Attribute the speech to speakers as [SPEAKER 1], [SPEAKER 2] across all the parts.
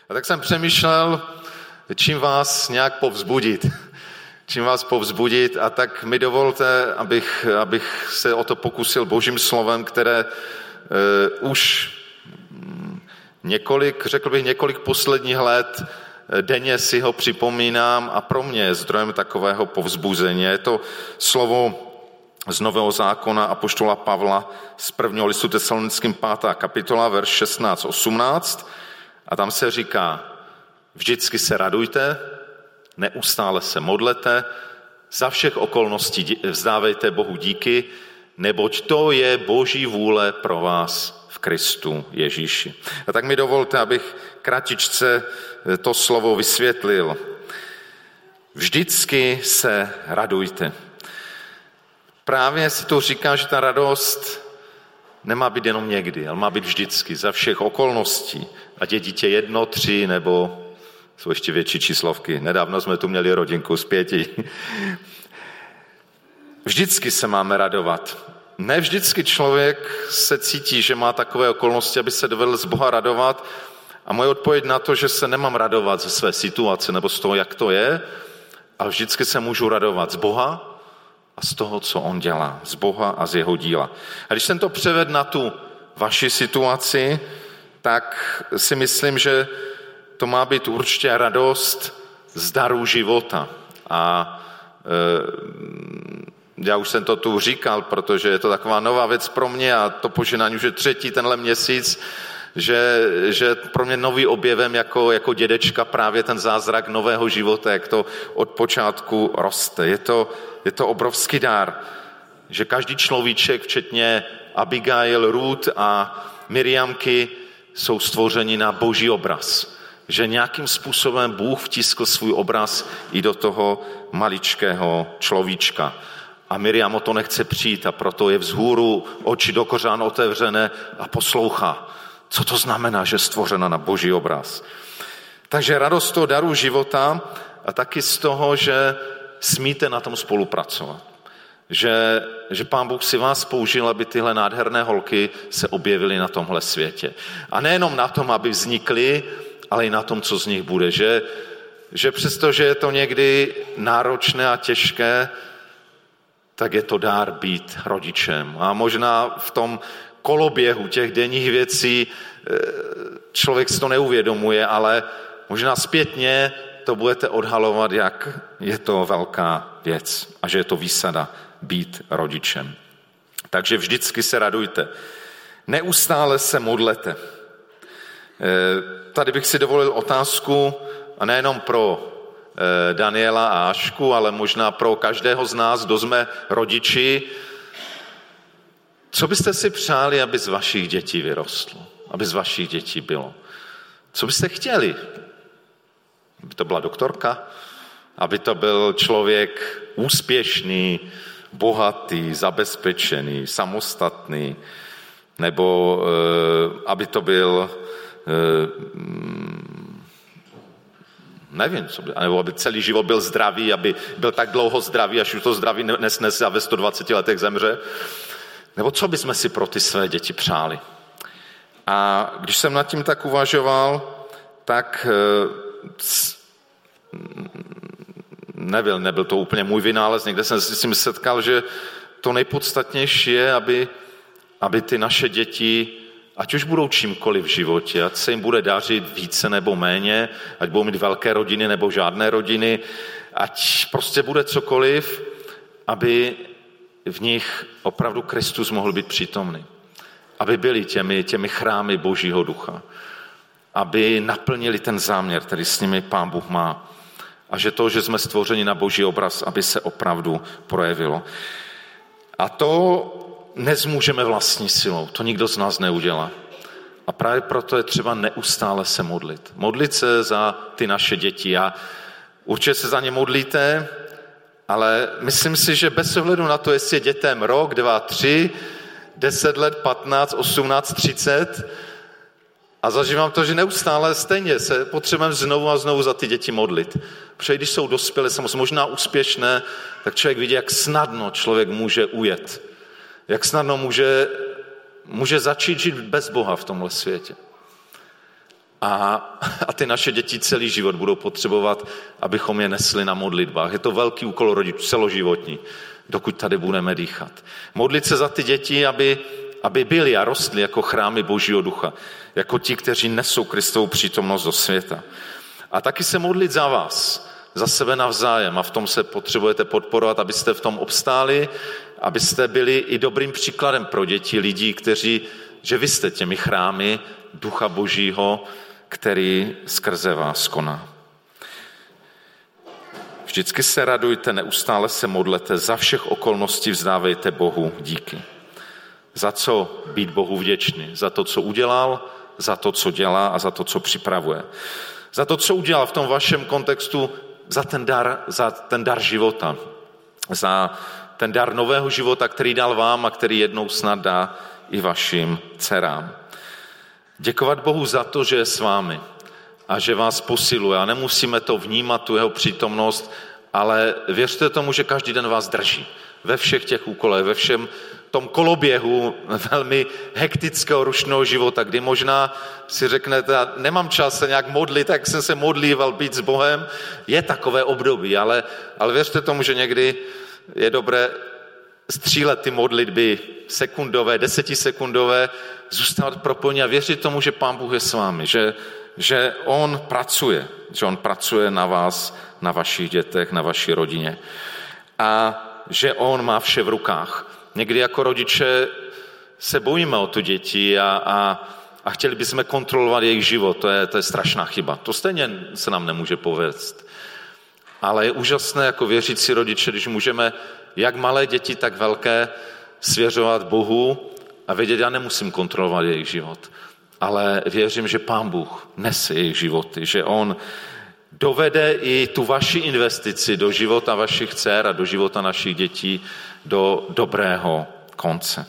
[SPEAKER 1] A tak jsem přemýšlel, čím vás nějak povzbudit, a tak mi dovolte, abych se o to pokusil Božím slovem, které už několik posledních let denně si ho připomínám a pro mě je zdrojem takového povzbuzení. Je to slovo z Nového zákona apoštola Pavla z 1. listu Tesalonickým 5. kapitola, verš 16-18, a tam se říká: vždycky se radujte, neustále se modlete, za všech okolností vzdávejte Bohu díky, neboť to je Boží vůle pro vás v Kristu Ježíši. A tak mi dovolte, abych kratičce to slovo vysvětlil. Vždycky se radujte. Právě se tu říká, že ta radost nemá být jenom někdy, ale má být vždycky, za všech okolností. Ať je dítě 1, 3 nebo jsou ještě větší číslovky. Nedávno jsme tu měli rodinku z 5. Vždycky se máme radovat. Ne vždycky člověk se cítí, že má takové okolnosti, aby se dovedl z Boha radovat. A moje odpověď na to, že se nemám radovat ze své situace nebo z toho, jak to je, ale vždycky se můžu radovat z Boha a z toho, co on dělá. Z Boha a z jeho díla. A když jsem to převedl na tu vaši situaci, tak si myslím, že to má být určitě radost z darů života. A já už jsem to tu říkal, protože je to taková nová věc pro mě a to požehnání už je 3. tenhle měsíc, že pro mě nový objevem jako dědečka právě ten zázrak nového života, jak to od počátku roste. Je to obrovský dar, že každý človíček, včetně Abigail, Ruth a Miriamky, jsou stvořeni na Boží obraz. Že nějakým způsobem Bůh vtiskl svůj obraz i do toho maličkého človíčka. A Miriam o to nechce přijít a proto je vzhůru oči do kořán otevřené a poslouchá. Co to znamená, že je stvořena na Boží obraz? Takže radost toho daru života a taky z toho, že smíte na tom spolupracovat. Že Pán Bůh si vás použil, aby tyhle nádherné holky se objevily na tomhle světě. A nejenom na tom, aby vznikly, ale i na tom, co z nich bude. Že přestože je to někdy náročné a těžké, tak je to dár být rodičem. A možná v tom koloběhu těch denních věcí člověk si to neuvědomuje, ale možná zpětně to budete odhalovat, jak je to velká věc a že je to výsada být rodičem. Takže vždycky se radujte. Neustále se modlete. Tady bych si dovolil otázku, a nejenom pro Daniela a Ašku, ale možná pro každého z nás, kdo jsme rodiči. Co byste si přáli, aby z vašich dětí vyrostlo? Aby z vašich dětí bylo? Co byste chtěli? Aby to byla doktorka? Aby to byl člověk úspěšný, bohatý, zabezpečený, samostatný? Nebo aby to byl nevím, co by, nebo aby celý život byl zdravý, aby byl tak dlouho zdravý, až už to zdraví nesnese a ve 120 letech zemře. Nebo co bychom si pro ty své děti přáli? A když jsem nad tím tak uvažoval, tak nebyl to úplně můj vynález, někde jsem s tím setkal, že to nejpodstatnější je, aby ty naše děti, ať už budou čímkoliv v životě, ať se jim bude dařit více nebo méně, ať budou mít velké rodiny nebo žádné rodiny, ať prostě bude cokoliv, aby v nich opravdu Kristus mohl být přítomný. Aby byli těmi chrámy Božího ducha. Aby naplnili ten záměr, který s nimi Pán Bůh má. A že to, že jsme stvořeni na Boží obraz, aby se opravdu projevilo. A to nezmůžeme vlastní silou, to nikdo z nás neudělá. A právě proto je třeba neustále se modlit. Modlit se za ty naše děti. A určitě se za ně modlíte, ale myslím si, že bez ohledu na to, jestli je dětem rok, 2, 3, 10 let, 15, 18, 30, a zažívám to, že neustále stejně se potřebujeme znovu a znovu za ty děti modlit. Protože když jsou dospělé, samozřejmě možná úspěšné, tak člověk vidí, jak snadno člověk může ujet. Jak snadno může začít žít bez Boha v tomhle světě. A ty naše děti celý život budou potřebovat, abychom je nesli na modlitbách. Je to velký úkol rodičů, celoživotní, dokud tady budeme dýchat. Modlit se za ty děti, aby byli a rostli jako chrámy Božího ducha, jako ti, kteří nesou Kristovu přítomnost do světa. A taky se modlit za vás, za sebe navzájem, a v tom se potřebujete podporovat, abyste v tom obstáli, abyste byli i dobrým příkladem pro děti, lidí, že vy jste těmi chrámy Ducha Božího, který skrze vás koná. Vždycky se radujte, neustále se modlete, za všech okolností vzdávejte Bohu díky. Za co být Bohu vděčný? Za to, co udělal, za to, co dělá a za to, co připravuje. Za to, co udělal v tom vašem kontextu, za ten dar života, za ten dar nového života, který dal vám a který jednou snad dá i vašim dcerám. Děkovat Bohu za to, že je s vámi a že vás posiluje. A nemusíme to vnímat, tu jeho přítomnost, ale věřte tomu, že každý den vás drží. Ve všech těch úkolech, ve všem tom koloběhu velmi hektického, rušného života, kdy možná si řeknete, nemám čas se nějak modlit, tak jsem se modlíval být s Bohem. Je takové období, ale věřte tomu, že někdy je dobré střílet ty modlitby sekundové, 10sekundové, zůstat propojený a věřit tomu, že Pán Bůh je s vámi, že on pracuje na vás, na vašich dětech, na vaší rodině a že on má vše v rukách. Někdy jako rodiče se bojíme o tu děti a chtěli bychom kontrolovat jejich život. To je strašná chyba. To stejně se nám nemůže povést. Ale je úžasné jako věřící rodiče, když můžeme jak malé děti, tak velké svěřovat Bohu a vědět, já nemusím kontrolovat jejich život. Ale věřím, že Pán Bůh nese jejich životy, že on dovede i tu vaši investici do života vašich dcer a do života našich dětí do dobrého konce.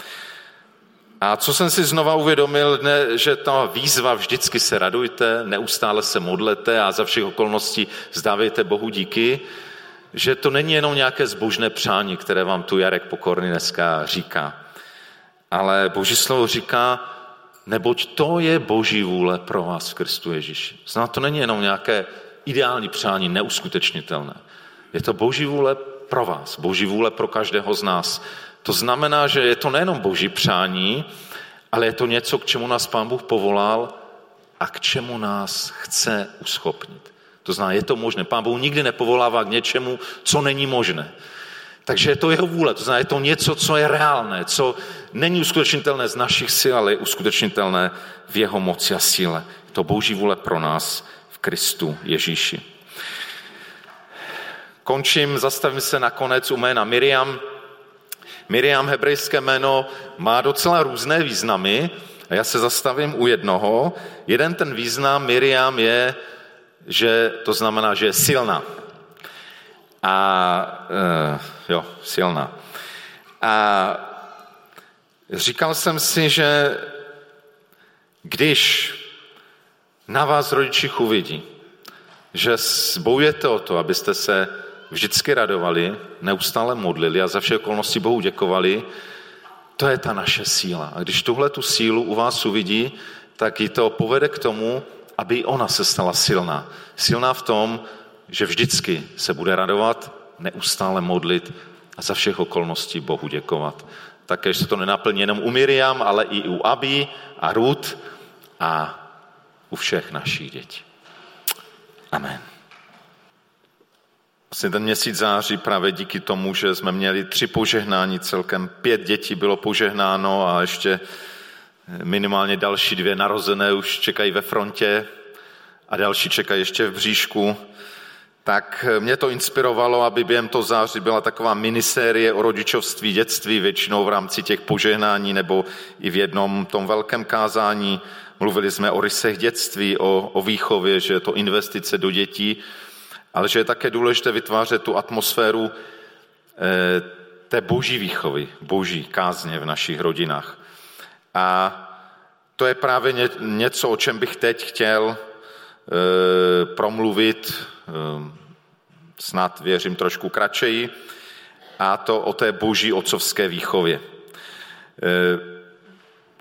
[SPEAKER 1] A co jsem si znova uvědomil, že ta výzva vždycky se radujte, neustále se modlete a za všech okolností vzdávejte Bohu díky, že to není jenom nějaké zbožné přání, které vám tu Jarek Pokorný dneska říká. Ale Boží slovo říká, neboť to je Boží vůle pro vás v Kristu Ježíši. Znamená, to není jenom nějaké ideální přání, neuskutečnitelné. Je to Boží vůle pro vás, Boží vůle pro každého z nás. To znamená, že je to nejenom Boží přání, ale je to něco, k čemu nás Pán Bůh povolal a k čemu nás chce uschopnit. To znamená, je to možné. Pán Bůh nikdy nepovolává k něčemu, co není možné. Takže je to jeho vůle, to znamená, je to něco, co je reálné, co není uskutečnitelné z našich sil, ale je uskutečnitelné v jeho moci a síle. Je to Boží vůle pro nás v Kristu Ježíši. Končím, zastavím se nakonec u jména Miriam. Miriam, hebrejské jméno, má docela různé významy a já se zastavím u jednoho. Jeden ten význam Miriam je, že to znamená, že je silná. Silná. A říkal jsem si, že když na vás rodičích uvidí, že bojujete o to, abyste se vždycky radovali, neustále modlili a za vše okolnosti Bohu děkovali, to je ta naše síla. A když tuhle tu sílu u vás uvidí, tak ji to povede k tomu, aby i ona se stala silná. Silná v tom, že vždycky se bude radovat, neustále modlit a za všech okolností Bohu děkovat. Také se to nenaplní jenom u Miriam, ale i u Abi a Ruth a u všech našich dětí. Amen. Vlastně ten měsíc září právě díky tomu, že jsme měli 3 požehnání, celkem 5 dětí bylo požehnáno a ještě minimálně další 2 narozené už čekají ve frontě a další čekají ještě v bříšku. Tak mě to inspirovalo, aby během toho září byla taková minisérie o rodičovství, dětství, většinou v rámci těch požehnání nebo i v jednom tom velkém kázání. Mluvili jsme o rysech dětství, o výchově, že je to investice do dětí, ale že je také důležité vytvářet tu atmosféru té boží výchovy, boží kázně v našich rodinách. A to je právě něco, o čem bych teď chtěl promluvit, snad věřím trošku kratšeji, a to o té boží otcovské výchově.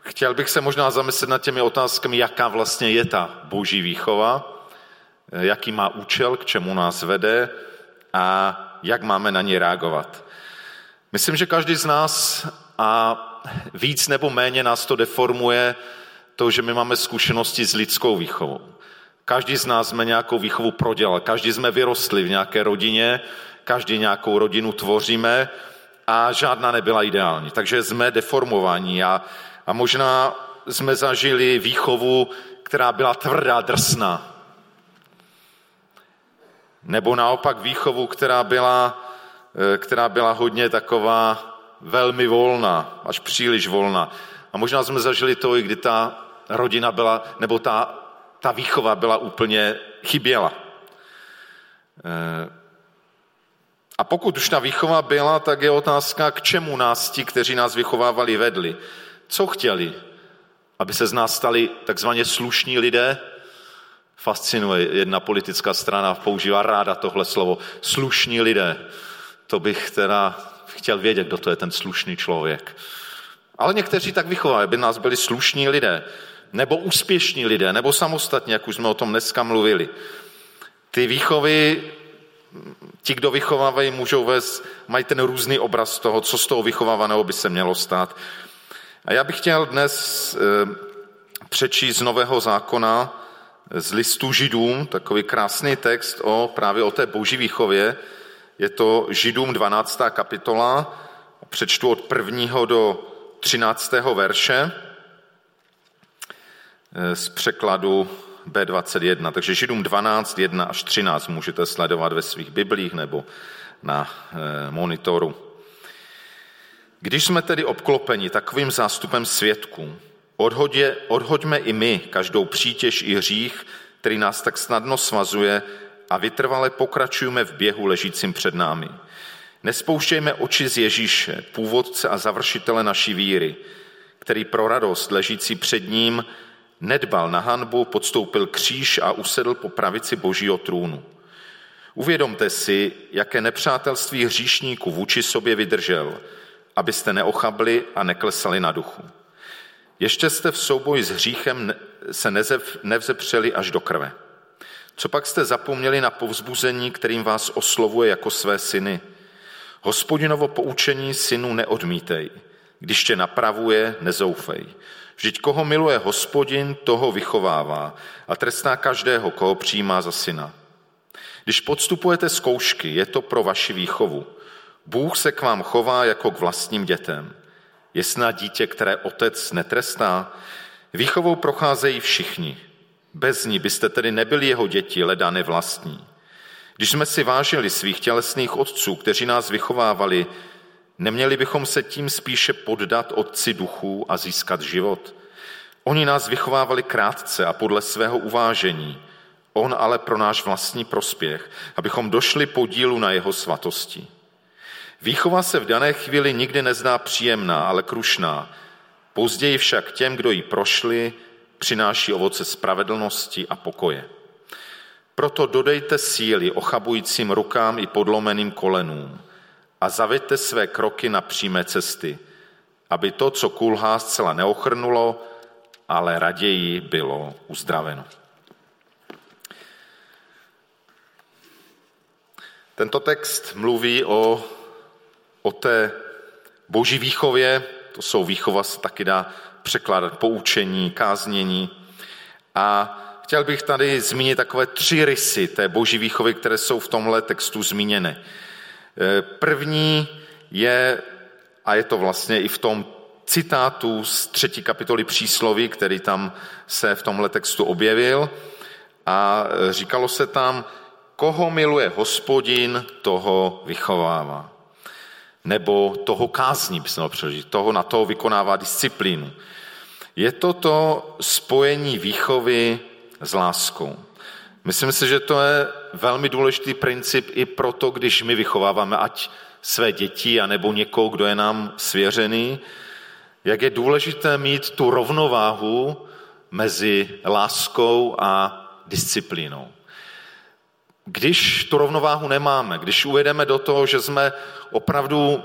[SPEAKER 1] chtěl bych se možná zamyslet nad těmi otázkami, jaká vlastně je ta boží výchova, jaký má účel, k čemu nás vede a jak máme na ně reagovat. Myslím, že každý z nás a víc nebo méně nás to deformuje to, že my máme zkušenosti s lidskou výchovou. Každý z nás jsme nějakou výchovu prodělal, každý jsme vyrostli v nějaké rodině, každý nějakou rodinu tvoříme a žádná nebyla ideální. Takže jsme deformovaní a možná jsme zažili výchovu, která byla tvrdá, drsná. Nebo naopak výchovu, která byla hodně taková velmi volná, až příliš volná. A možná jsme zažili to, i kdy ta rodina byla, nebo ta výchova byla úplně chyběla. A pokud už ta výchova byla, tak je otázka, k čemu nás ti, kteří nás vychovávali, vedli. Co chtěli? Aby se z nás stali takzvaně slušní lidé? Fascinuje, jedna politická strana používá ráda tohle slovo. Slušní lidé. To bych teda chtěl vědět, kdo to je ten slušný člověk. Ale někteří tak vychovali, aby nás byli slušní lidé, nebo úspěšní lidé, nebo samostatní, jak už jsme o tom dneska mluvili. Ty výchovy, ti, kdo vychovávají, mají ten různý obraz toho, co z toho vychovávaného by se mělo stát. A já bych chtěl dnes přečíst z Nového zákona, z listu Židům, takový krásný text právě o té boží výchově. Je to Židům 12. kapitola, přečtu od 1. do 13. verše z překladu B21. Takže Židům 12, 1 až 13 můžete sledovat ve svých biblích nebo na monitoru. Když jsme tedy obklopeni takovým zástupem svědků, odhoďme i my každou přítěž i hřích, který nás tak snadno svazuje, a vytrvale pokračujeme v běhu ležícím před námi. Nespouštějme oči z Ježíše, původce a završitele naší víry, který pro radost ležící před ním nedbal na hanbu, podstoupil kříž a usedl po pravici Božího trůnu. Uvědomte si, jaké nepřátelství hříšníků vůči sobě vydržel, abyste neochabli a neklesali na duchu. Ještě jste v souboji s hříchem se nevzepřeli až do krve. Co pak jste zapomněli na povzbuzení, kterým vás oslovuje jako své syny? Hospodinovo poučení synu neodmítej, když tě napravuje, nezoufej. Vždyť koho miluje Hospodin, toho vychovává a trestá každého, koho přijímá za syna. Když podstupujete zkoušky, je to pro vaši výchovu. Bůh se k vám chová jako k vlastním dětem. Je snad dítě, které otec netrestá? Výchovou procházejí všichni. Bez ní byste tedy nebyli jeho děti, leda nevlastní. Když jsme si vážili svých tělesných otců, kteří nás vychovávali, neměli bychom se tím spíše poddat otci duchů a získat život? Oni nás vychovávali krátce a podle svého uvážení, on ale pro náš vlastní prospěch, abychom došli podílu na jeho svatosti. Výchova se v dané chvíli nikdy nezdá příjemná, ale krušná. Později však těm, kdo ji prošli, přináší ovoce spravedlnosti a pokoje. Proto dodejte síly ochabujícím rukám i podlomeným kolenům a zaveďte své kroky na přímé cesty, aby to, co kulhá, zcela neochrnulo, ale raději bylo uzdraveno. Tento text mluví o té boží výchově, to jsou výchova, se taky dá překládat poučení, káznění. A chtěl bych tady zmínit takové 3 rysy té boží výchovy, které jsou v tomhle textu zmíněny. První je, a je to vlastně i v tom citátu z 3. kapitoly Přísloví, který tam se v tomhle textu objevil, a říkalo se tam, koho miluje Hospodin, toho vychovává. Nebo toho kázní, by se mělo přeložit, na toho vykonává disciplínu. Je to spojení výchovy s láskou. Myslím si, že to je velmi důležitý princip i proto, když my vychováváme ať své děti, anebo někoho, kdo je nám svěřený, jak je důležité mít tu rovnováhu mezi láskou a disciplínou. Když tu rovnováhu nemáme, když uvedeme do toho, že jsme opravdu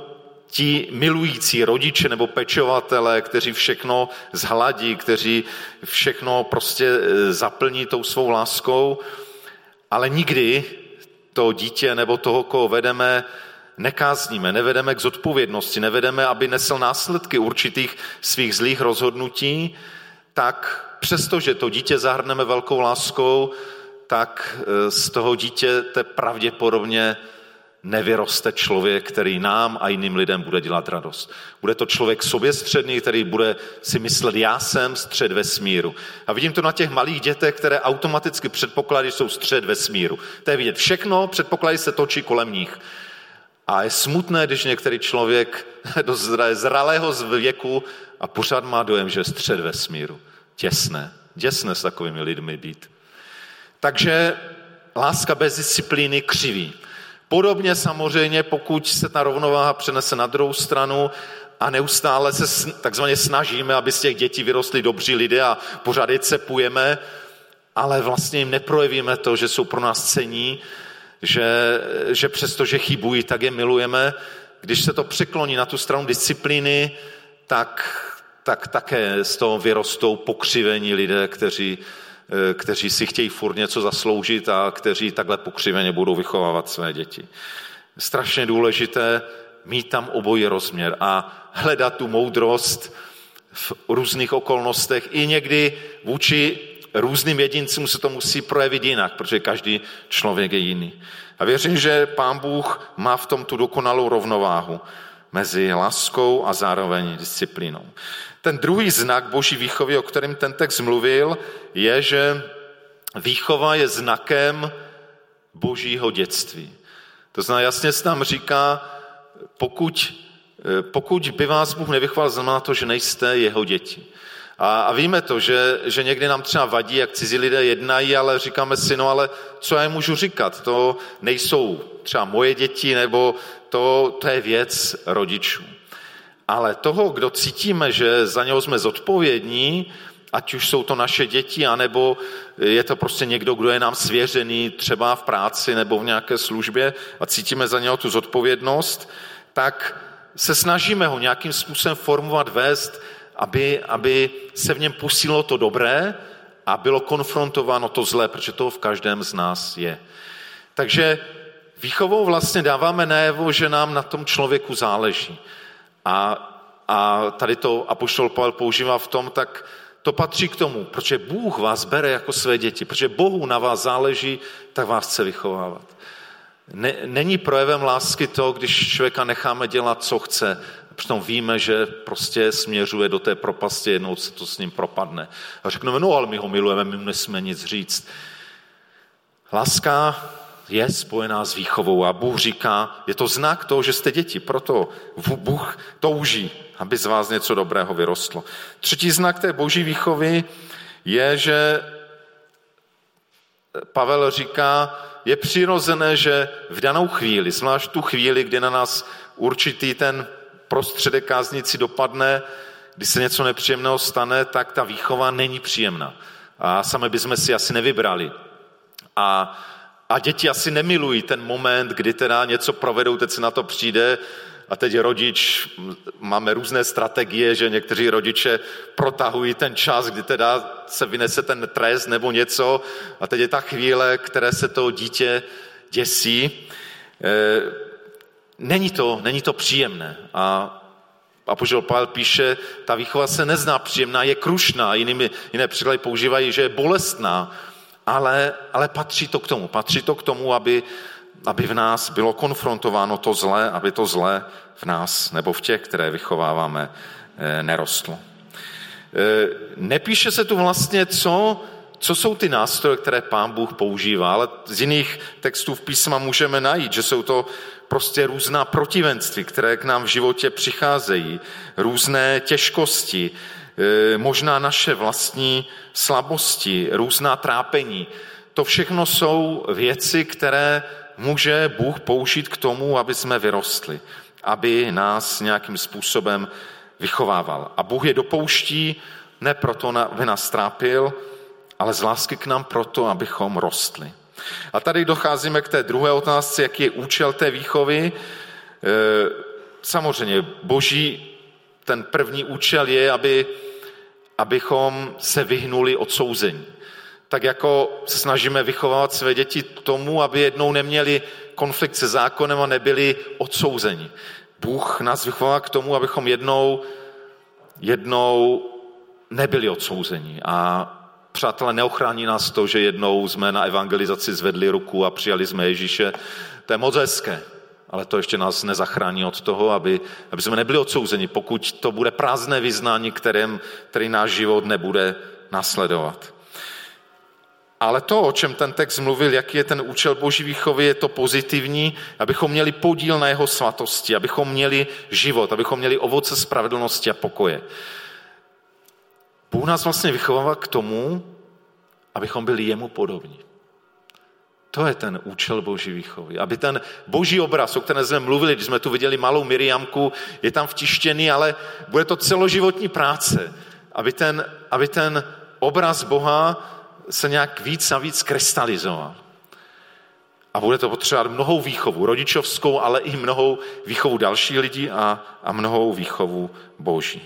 [SPEAKER 1] ti milující rodiče nebo pečovatelé, kteří všechno zhladí, kteří všechno prostě zaplní tou svou láskou, ale nikdy to dítě nebo toho, koho vedeme, nekázníme, nevedeme k zodpovědnosti, nevedeme, aby nesl následky určitých svých zlých rozhodnutí, tak přestože to dítě zahrneme velkou láskou, tak z toho dítěte pravděpodobně nevyroste člověk, který nám a jiným lidem bude dělat radost. Bude to člověk soběstředný, který bude si myslet, já jsem střed vesmíru. A vidím to na těch malých dětech, které automaticky předpokládají, že jsou střed vesmíru. To je vidět všechno, předpoklady se točí kolem nich. A je smutné, když některý člověk do zralého věku a pořád má dojem, že je střed vesmíru. Děsné s takovými lidmi být. Takže láska bez disciplíny křiví. Podobně samozřejmě, pokud se ta rovnováha přenese na druhou stranu a neustále se takzvaně snažíme, aby z těch dětí vyrostli dobří lidé a pořád je cepujeme, ale vlastně jim neprojevíme to, že jsou pro nás cenní, že přestože chybují, tak je milujeme. Když se to překloní na tu stranu disciplíny, tak také z toho vyrostou pokřivení lidé, kteří si chtějí furt něco zasloužit a kteří takhle pokřiveně budou vychovávat své děti. Strašně důležité mít tam obojí rozměr a hledat tu moudrost v různých okolnostech. I někdy vůči různým jedincům se to musí projevit jinak, protože každý člověk je jiný. A věřím, že Pán Bůh má v tom tu dokonalou rovnováhu mezi láskou a zároveň disciplínou. Ten druhý znak boží výchovy, o kterém ten text mluvil, je, že výchova je znakem božího dětství. To znamená, jasně se tam říká, pokud by vás Bůh nevychoval, znamená to, že nejste jeho děti. A víme to, že někdy nám třeba vadí, jak cizí lidé jednají, ale říkáme si, no ale co já jim můžu říkat? To nejsou třeba moje děti, nebo to je věc rodičů. Ale toho, kdo cítíme, že za něho jsme zodpovědní, ať už jsou to naše děti, anebo je to prostě někdo, kdo je nám svěřený třeba v práci nebo v nějaké službě a cítíme za něho tu zodpovědnost, tak se snažíme ho nějakým způsobem formovat, vést, aby se v něm posílilo to dobré a bylo konfrontováno to zlé, protože to v každém z nás je. Takže výchovou vlastně dáváme najevo, že nám na tom člověku záleží. A tady to apoštol Pavel používá v tom, tak to patří k tomu, protože Bůh vás bere jako své děti, protože Bohu na vás záleží, tak vás chce vychovávat. Není projevem lásky to, když člověka necháme dělat, co chce, přitom víme, že prostě směřuje do té propasti, jednou se to s ním propadne. A řekneme, no ale my ho milujeme, my mu nesmíme nic říct. Láska je spojená s výchovou a Bůh říká, je to znak toho, že jste děti, proto Bůh touží, aby z vás něco dobrého vyrostlo. Třetí znak té boží výchovy je, že Pavel říká, je přirozené, že v danou chvíli, zvlášť tu chvíli, kdy na nás určitý ten prostředek káznici dopadne, kdy se něco nepříjemného stane, tak ta výchova není příjemná. A sami bychom si asi nevybrali. A děti asi nemilují ten moment, kdy teda něco provedou, teď se na to přijde a teď rodič, máme různé strategie, že někteří rodiče protahují ten čas, kdy teda se vynese ten trest nebo něco a teď je ta chvíle, které se to dítě děsí. Není to příjemné. A apoštol Pavel píše, ta výchova se nezná příjemná, je krušná, jiné překlady používají, že je bolestná, ale patří to k tomu, aby v nás bylo konfrontováno to zlé, aby to zlé v nás nebo v těch, které vychováváme, nerostlo. Nepíše se tu vlastně, co jsou ty nástroje, které Pán Bůh používá, ale z jiných textů v písma můžeme najít, že jsou to prostě různá protivenství, které k nám v životě přicházejí, různé těžkosti, možná naše vlastní slabosti, různá trápení. To všechno jsou věci, které může Bůh použít k tomu, aby jsme vyrostli, aby nás nějakým způsobem vychovával. A Bůh je dopouští ne proto, aby nás trápil, ale z lásky k nám proto, abychom rostli. A tady docházíme k té druhé otázce, jaký je účel té výchovy. samozřejmě boží ten první účel je, abychom se vyhnuli odsouzení. Tak jako se snažíme vychovávat své děti tomu, aby jednou neměli konflikt se zákonem a nebyli odsouzeni. Bůh nás vychovává k tomu, abychom jednou nebyli odsouzeni. A přátelé, neochrání nás to, že jednou jsme na evangelizaci zvedli ruku a přijali jsme Ježíše. To je moc hezké, ale to ještě nás nezachrání od toho, aby jsme nebyli odsouzeni, pokud to bude prázdné vyznání, který náš život nebude následovat. Ale to, o čem ten text mluvil, jaký je ten účel boží výchovy, je to pozitivní, abychom měli podíl na jeho svatosti, abychom měli život, abychom měli ovoce spravedlnosti a pokoje. Bůh nás vlastně vychovává k tomu, abychom byli jemu podobní. To je ten účel boží výchovy. Aby ten boží obraz, o kterém jsme mluvili, když jsme tu viděli malou Miriamku, je tam vtištěný, ale bude to celoživotní práce, aby ten obraz Boha se nějak víc a víc krystalizoval. A bude to potřebovat mnohou výchovu, rodičovskou, ale i mnohou výchovu dalších lidí a mnohou výchovu boží.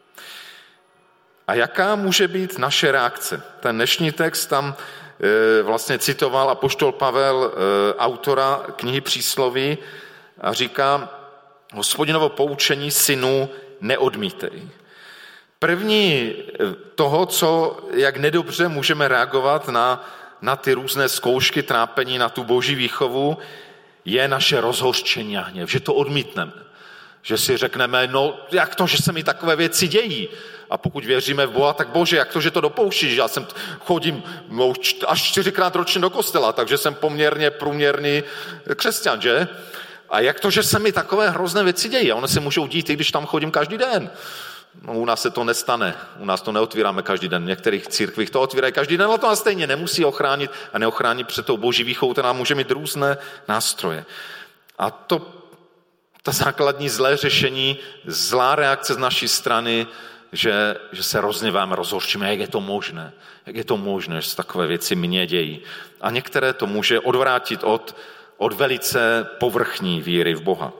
[SPEAKER 1] A jaká může být naše reakce? Ten dnešní text tam vlastně citoval apoštol Pavel, autora knihy Přísloví, a říká: Hospodinovo poučení, synu, neodmítej. První toho, jak nedobře můžeme reagovat na ty různé zkoušky, trápení, na tu boží výchovu, je naše rozhořčení a hněv, že to odmítneme. Že si řekneme, no jak to, že se mi takové věci dějí? A pokud věříme v Boha, tak Bože, jak to, že to dopouštíš? Já chodím až 4krát ročně do kostela, takže jsem poměrně průměrný křesťan, že? A jak to, že se mi takové hrozné věci dějí? A ono se můžou dít, i když tam chodím každý den. No, u nás se to nestane, u nás to neotvíráme každý den, v některých církvích to otvírají každý den, ale to nás stejně nemusí ochránit a neochránit před tou boží výchovou, která může mít různé nástroje. A ta základní zlé řešení, zlá reakce z naší strany, že se rozněváme, rozhořčíme, jak je to možné, že se takové věci mně dějí. A některé to může odvrátit od velice povrchní víry v Boha.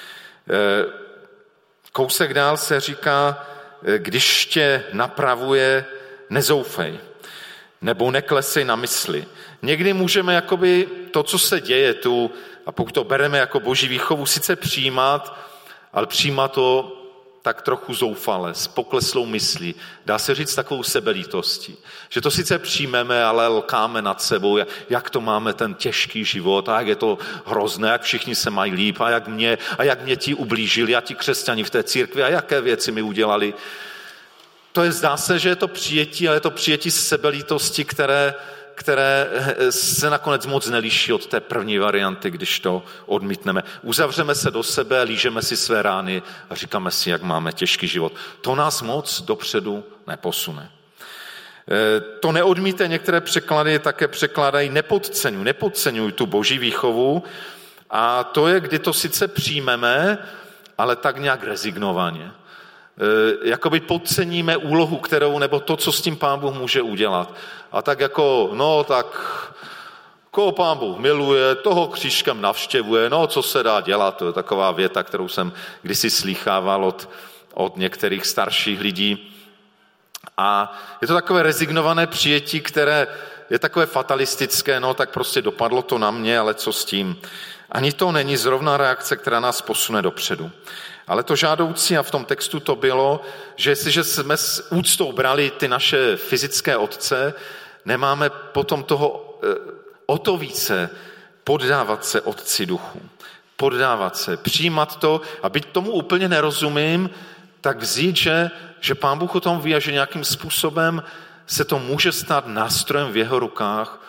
[SPEAKER 1] Kousek dál se říká, když tě napravuje, nezoufej, nebo neklesej na mysli. Někdy můžeme jakoby to, co se děje tu, a pokud to bereme jako boží výchovu, sice přijímat, ale přijímat to tak trochu zoufale, s pokleslou myslí. Dá se říct takovou sebelítostí. Že to sice přijmeme, ale lkáme nad sebou, jak to máme ten těžký život a jak je to hrozné, jak všichni se mají líp a jak mě ti ublížili a ti křesťani v té církvi a jaké věci mi udělali. To je, zdá se, že je to přijetí, ale je to přijetí sebelítosti, které se nakonec moc neliší od té první varianty, když to odmítneme. Uzavřeme se do sebe, lížeme si své rány a říkáme si, jak máme těžký život. To nás moc dopředu neposune. To neodmíte, některé překlady také překládají nepodceňuj tu boží výchovu, a to je, kdy to sice přijmeme, ale tak nějak rezignovaně. Jakoby podceníme úlohu, nebo to, co s tím Pán Bůh může udělat. A tak jako, koho Pán Bůh miluje, toho křížkem navštěvuje, co se dá dělat, to je taková věta, kterou jsem kdysi slýchával od některých starších lidí. A je to takové rezignované přijetí, které je takové fatalistické, tak prostě dopadlo to na mě, ale co s tím? Ani to není zrovna reakce, která nás posune dopředu. Ale to žádoucí, a v tom textu to bylo, že jestliže jsme s úctou brali ty naše fyzické otce, nemáme potom toho o to více poddávat se Otci Duchu. Poddávat se, přijímat to, a byť tomu úplně nerozumím, tak vzít, že Pán Bůh o tom ví a že nějakým způsobem se to může stát nástrojem v jeho rukách,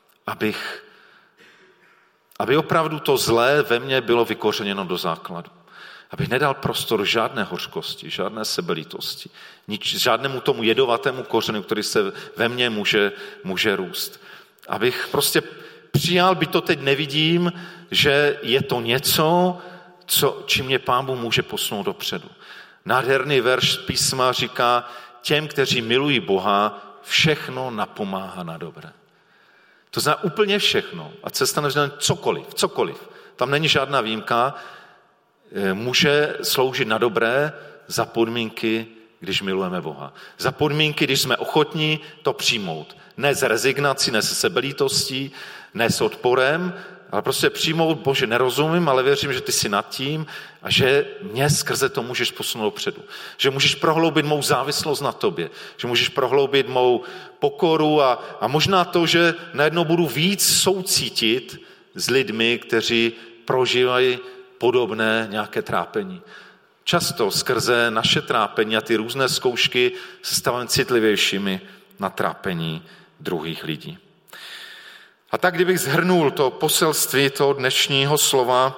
[SPEAKER 1] aby opravdu to zlé ve mně bylo vykořeněno do základu. Abych nedal prostor žádné hořkosti, žádné sebelítosti, žádnému tomu jedovatému kořenu, který se ve mně může růst. Abych prostě přijal, byť to teď nevidím, že je to něco, čím mě Pán Bůh může posunout dopředu. Nádherný verš písma říká, těm, kteří milují Boha, všechno napomáhá na dobré. To znamená úplně všechno. A cesta neznamená cokoliv. Tam není žádná výjimka. může sloužit na dobré za podmínky, když milujeme Boha. Za podmínky, když jsme ochotní to přijmout. Ne s rezignací, ne se sebelítostí, ne s odporem, ale prostě přijmout, Bože, nerozumím, ale věřím, že ty jsi nad tím a že mě skrze to můžeš posunout předu. Že můžeš prohloubit mou závislost na tobě. Že můžeš prohloubit mou pokoru a možná to, že najednou budu víc soucítit s lidmi, kteří prožívají podobné nějaké trápení. Často skrze naše trápení a ty různé zkoušky se stáváme citlivějšími na trápení druhých lidí. A tak, kdybych shrnul to poselství toho dnešního slova,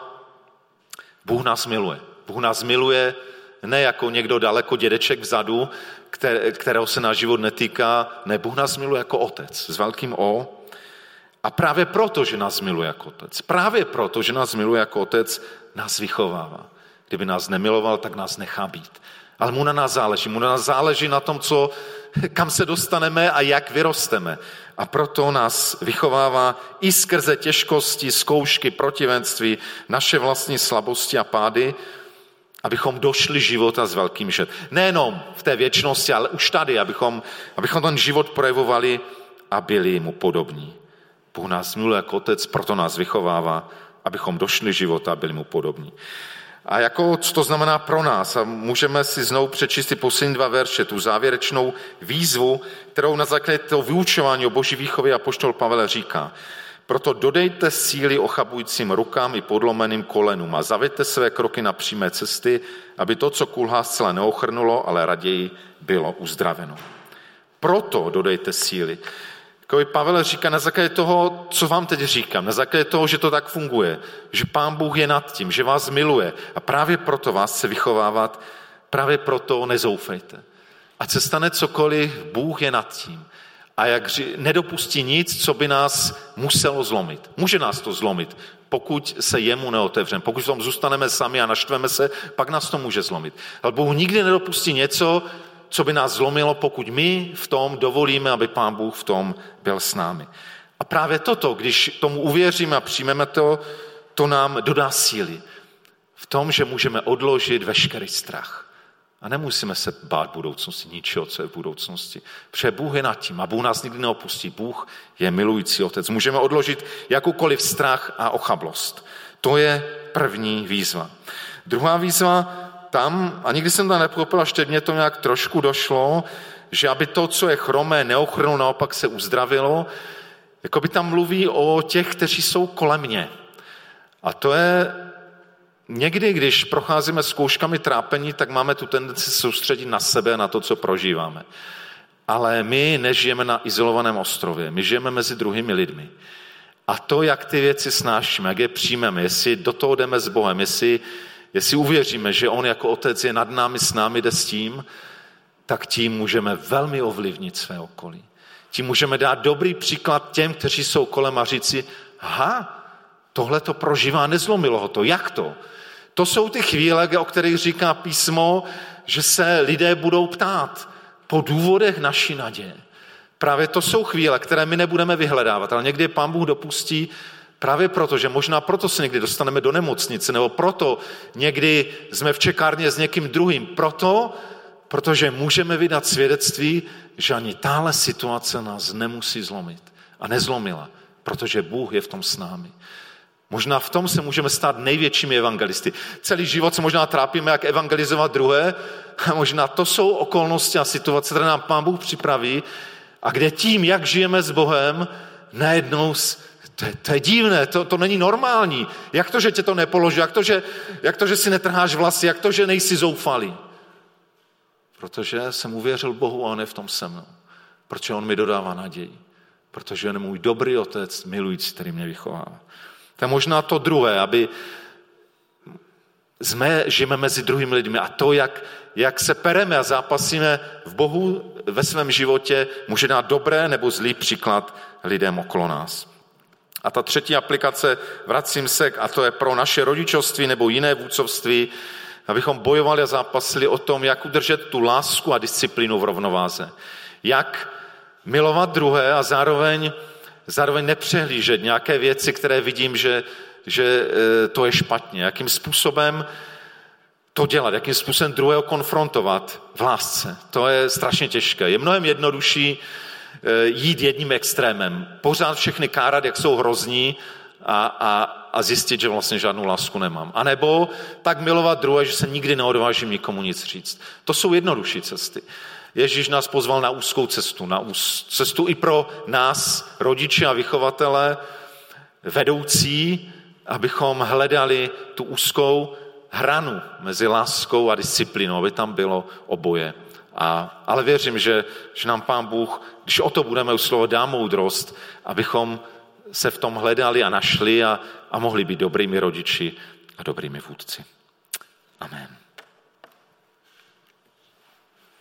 [SPEAKER 1] Bůh nás miluje. Bůh nás miluje ne jako někdo daleko dědeček vzadu, kterého se náš život netýká. Ne, Bůh nás miluje jako otec s velkým O. A právě proto, že nás miluje jako otec, právě proto, že nás miluje jako otec, nás vychovává. Kdyby nás nemiloval, tak nás nechá být. Ale mu na nás záleží. Mu na nás záleží na tom, kam se dostaneme a jak vyrosteme. A proto nás vychovává i skrze těžkosti, zkoušky, protivenství, naše vlastní slabosti a pády, abychom došli života s velkým žet. Nejenom v té věčnosti, ale už tady, abychom ten život projevovali a byli mu podobní. Bůh nás miluje jako otec, proto nás vychovává, abychom došli života a byli mu podobní. A co to znamená pro nás? A můžeme si znovu přečíst ty poslední 2 verše, tu závěrečnou výzvu, kterou na základě toho vyučování o boží výchově apoštol Pavel říká. Proto dodejte síly ochabujícím rukám i podlomeným kolenům a zaveďte své kroky na přímé cesty, aby to, co kulhá, zcela neochrnulo, ale raději bylo uzdraveno. Proto dodejte síly. Pavel říká na základě toho, co vám teď říkám, na základě toho, že to tak funguje, že Pán Bůh je nad tím, že vás miluje a právě proto vás chce vychovávat, právě proto nezoufejte. Ať se stane cokoliv, Bůh je nad tím. A nedopustí nic, co by nás muselo zlomit. Může nás to zlomit, pokud se jemu neotevřeme. Pokud v tom zůstaneme sami a naštveme se, pak nás to může zlomit. Ale Bůh nikdy nedopustí něco, co by nás zlomilo, pokud my v tom dovolíme, aby Pán Bůh v tom byl s námi. A právě toto, když tomu uvěříme a přijmeme to nám dodá síly. V tom, že můžeme odložit veškerý strach. A nemusíme se bát budoucnosti, ničeho, co je v budoucnosti. Protože Bůh je nad tím a Bůh nás nikdy neopustí. Bůh je milující otec. Můžeme odložit jakoukoliv strach a ochablost. To je první výzva. Druhá výzva, tam, a nikdy jsem to nepochopil, až teď mě to nějak trošku došlo, že aby to, co je chromé, neochrnulo, naopak se uzdravilo, jako by tam mluví o těch, kteří jsou kolem mě. A to je někdy, když procházíme zkouškami trápení, tak máme tu tendenci soustředit na sebe a na to, co prožíváme. Ale my nežijeme na izolovaném ostrově, my žijeme mezi druhými lidmi. A to, jak ty věci snášíme, jak je přijmeme, jestli do toho jdeme s Bohem, jestli uvěříme, že on jako otec je nad námi, s námi jde s tím, tak tím můžeme velmi ovlivnit své okolí. Tím můžeme dát dobrý příklad těm, kteří jsou kolem a říci, tohle to prožívá, nezlomilo ho to. Jak to? To jsou ty chvíle, o kterých říká písmo, že se lidé budou ptát po důvodech naší naděje. Právě to jsou chvíle, které my nebudeme vyhledávat, ale někdy Pán Bůh dopustí právě proto, že možná proto se někdy dostaneme do nemocnice, nebo proto někdy jsme v čekárně s někým druhým. Protože můžeme vydat svědectví, že ani tahle situace nás nemusí zlomit. A nezlomila, protože Bůh je v tom s námi. Možná v tom se můžeme stát největšími evangelisty. Celý život se možná trápíme, jak evangelizovat druhé, a možná to jsou okolnosti a situace, které nám Pán Bůh připraví, a kde tím, jak žijeme s Bohem, najednou to je divné, to není normální. Jak to, že tě to nepoloží? Jak to, že si netrháš vlasy? Jak to, že nejsi zoufalý? Protože jsem uvěřil Bohu a on je v tom se mnou. Protože on mi dodává naději. Protože on je můj dobrý otec, milující, který mě vychovává. To je možná to druhé, aby žijeme mezi druhými lidmi a to, jak se pereme a zápasíme v Bohu ve svém životě, může dát dobré nebo zlý příklad lidem okolo nás. A ta třetí aplikace, vracím se, a to je pro naše rodičovství nebo jiné vůdcovství, abychom bojovali a zápasili o tom, jak udržet tu lásku a disciplínu v rovnováze. Jak milovat druhé a zároveň nepřehlížet nějaké věci, které vidím, že to je špatně. Jakým způsobem to dělat, jakým způsobem druhého konfrontovat v lásce. To je strašně těžké. Je mnohem jednodušší jít jedním extrémem. Pořád všechny kárat, jak jsou hrozní a zjistit, že vlastně žádnou lásku nemám. A nebo tak milovat druhé, že se nikdy neodvážím nikomu nic říct. To jsou jednodušší cesty. Ježíš nás pozval na úzkou cestu. Na cestu i pro nás, rodiče a vychovatele, vedoucí, abychom hledali tu úzkou hranu mezi láskou a disciplínou, aby tam bylo oboje. Ale věřím, že nám Pán Bůh, když o to budeme usilovat, dá moudrost, abychom se v tom hledali a našli a mohli být dobrými rodiči a dobrými vůdci. Amen.